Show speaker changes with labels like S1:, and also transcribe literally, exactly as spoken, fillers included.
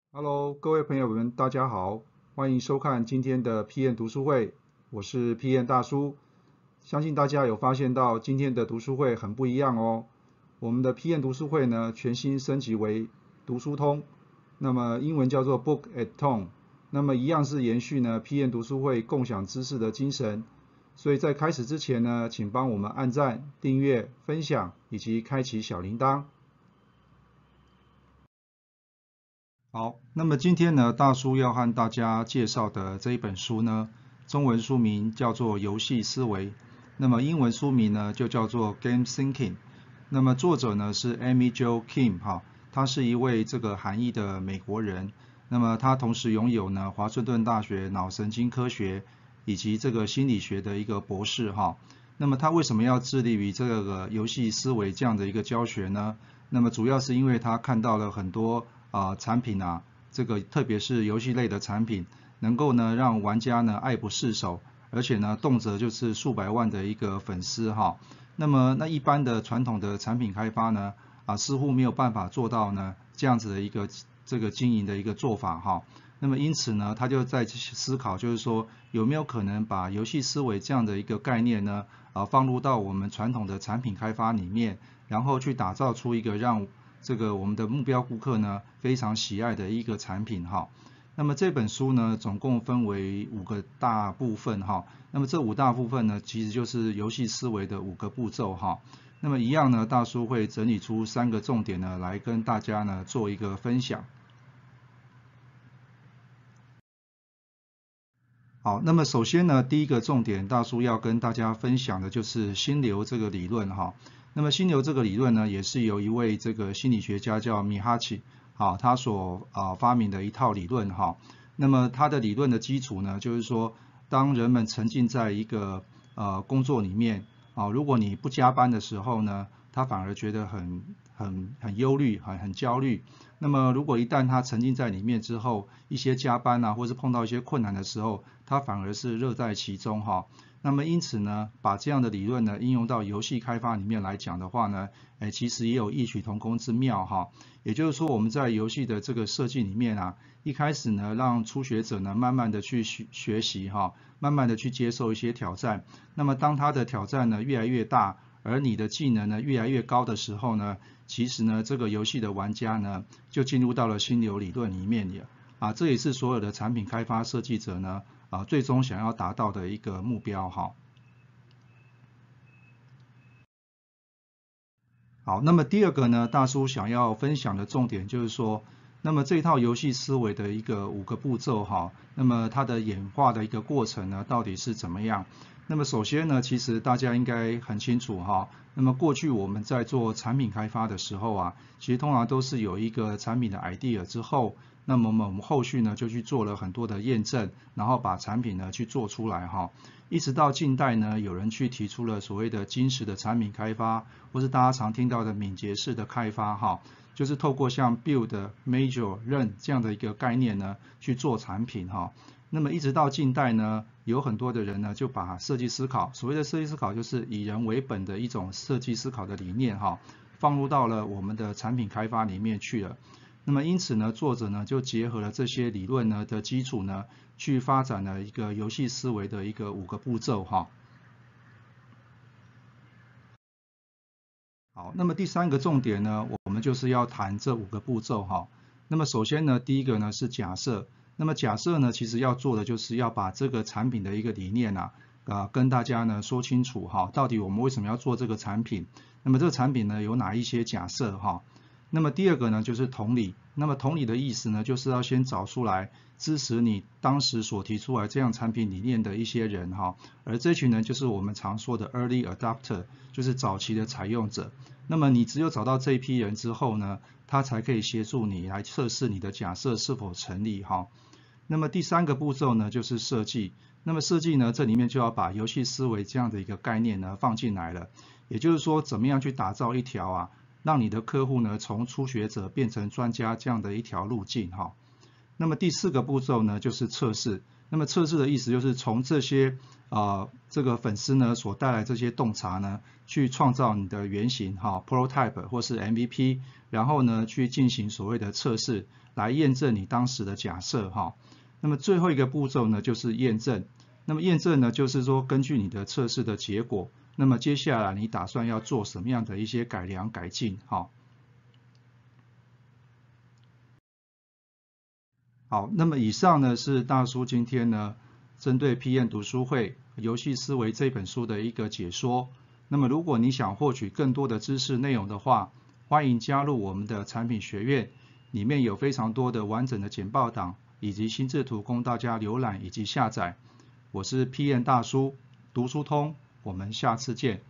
S1: Hello，各位朋友们，大家好，欢迎收看今天的 P N 读书会，我是 P N 大叔。相信大家有发现到今天的读书会很不一样哦。我们的 P N 读书会呢，全新升级为读书通，那么英文叫做 Book at Home，那么一样是延续呢 P N 读书会共享知识的精神。所以在开始之前呢，请帮我们按赞、订阅、分享以及开启小铃铛。好，那么今天呢，大叔要和大家介绍的这一本书呢，中文书名叫做《游戏思维》，那么英文书名呢就叫做 Game Thinking。那么作者呢是 Amy Jo Kim 哈，他是一位这个韩裔的美国人，那么他同时拥有呢华盛顿大学脑神经科学以及这个心理学的一个博士哈。那么他为什么要致力于这个游戏思维这样的一个教学呢？那么主要是因为他看到了很多啊、呃、产品啊，这个特别是游戏类的产品，能够呢让玩家呢爱不释手，而且呢动辄就是数百万的一个粉丝哈。那么那一般的传统的产品开发呢啊似乎没有办法做到呢这样子的一个这个经营的一个做法哈。那么因此呢，他就在思考，就是说有没有可能把游戏思维这样的一个概念呢啊放入到我们传统的产品开发里面，然后去打造出一个让这个我们的目标顾客呢非常喜爱的一个产品哈。那么这本书呢总共分为五个大部分哈。那么这五大部分呢其实就是游戏思维的五个步骤哈。那么一样呢，大叔会整理出三个重点呢来跟大家呢做一个分享。好，那么首先呢，第一个重点，大叔要跟大家分享的就是心流这个理论哈。那么心流这个理论呢，也是由一位这个心理学家叫米哈奇，好，他所啊发明的一套理论哈。那么他的理论的基础呢，就是说，当人们沉浸在一个呃工作里面啊，如果你不加班的时候呢，他反而觉得很很很忧虑，很很焦虑。那么如果一旦他沉浸在里面之后，一些加班啊，或是碰到一些困难的时候，他反而是乐在其中哈。那么因此呢，把这样的理论呢应用到游戏开发里面来讲的话呢，哎，其实也有异曲同工之妙哈。也就是说，我们在游戏的这个设计里面啊，一开始呢，让初学者呢慢慢的去学学习哈，慢慢的去接受一些挑战。那么当他的挑战呢越来越大，而你的技能呢越来越高的时候呢，其实呢这个游戏的玩家呢就进入到了心流理论里面了啊，这也是所有的产品开发设计者呢啊最终想要达到的一个目标哈。好，那么第二个呢，大叔想要分享的重点就是说，那么这套游戏思维的一个五个步骤哈，那么它的演化的一个过程呢，到底是怎么样？那么首先呢，其实大家应该很清楚哈，那么过去我们在做产品开发的时候啊，其实通常都是有一个产品的 idea 之后，那么我们后续呢就去做了很多的验证，然后把产品呢去做出来哈。一直到近代呢，有人去提出了所谓的精实的产品开发，或是大家常听到的敏捷式的开发哈，就是透过像 build、measure、run 这样的一个概念呢去做产品哈。那么一直到近代呢，有很多的人呢就把设计思考，所谓的设计思考就是以人为本的一种设计思考的理念哈，放入到了我们的产品开发里面去了。那么因此呢，作者呢就结合了这些理论呢的基础呢，去发展了一个游戏思维的一个五个步骤哈。好，那么第三个重点呢，我们就是要谈这五个步骤哈。那么首先呢，第一个呢是假设，那么假设呢，其实要做的就是要把这个产品的一个理念啊，啊跟大家呢说清楚哈，到底我们为什么要做这个产品？那么这个产品呢有哪一些假设哈？那么第二个呢就是同理，那么同理的意思呢，就是要先找出来支持你当时所提出来这样产品理念的一些人哈，而这群人就是我们常说的 early adopter，就是早期的采用者。那么你只有找到这一批人之后呢，他才可以协助你来测试你的假设是否成立哈。那么第三个步骤呢，就是设计。那么设计呢，这里面就要把游戏思维这样的一个概念呢放进来了。也就是说，怎么样去打造一条啊，让你的客户呢从初学者变成专家这样的一条路径哈。那么第四个步骤呢，就是测试。 那么测试的意思就是从这些啊、呃、这个粉丝呢所带来这些洞察呢，去创造你的原型哈 prototype 或是 M V P， 然后呢去进行所谓的测试，来验证你当时的假设哈。那么最后一个步骤呢就是验证。那么验证呢就是说根据你的测试的结果，那么接下来你打算要做什么样的一些改良改进哈。好，那么以上呢是大叔今天呢针对 P M 读书会游戏思维这本书的一个解说。那么如果你想获取更多的知识内容的话，欢迎加入我们的产品学院，里面有非常多的完整的简报档以及心智图供大家浏览以及下载。我是 P M 大叔，读书通，我们下次见。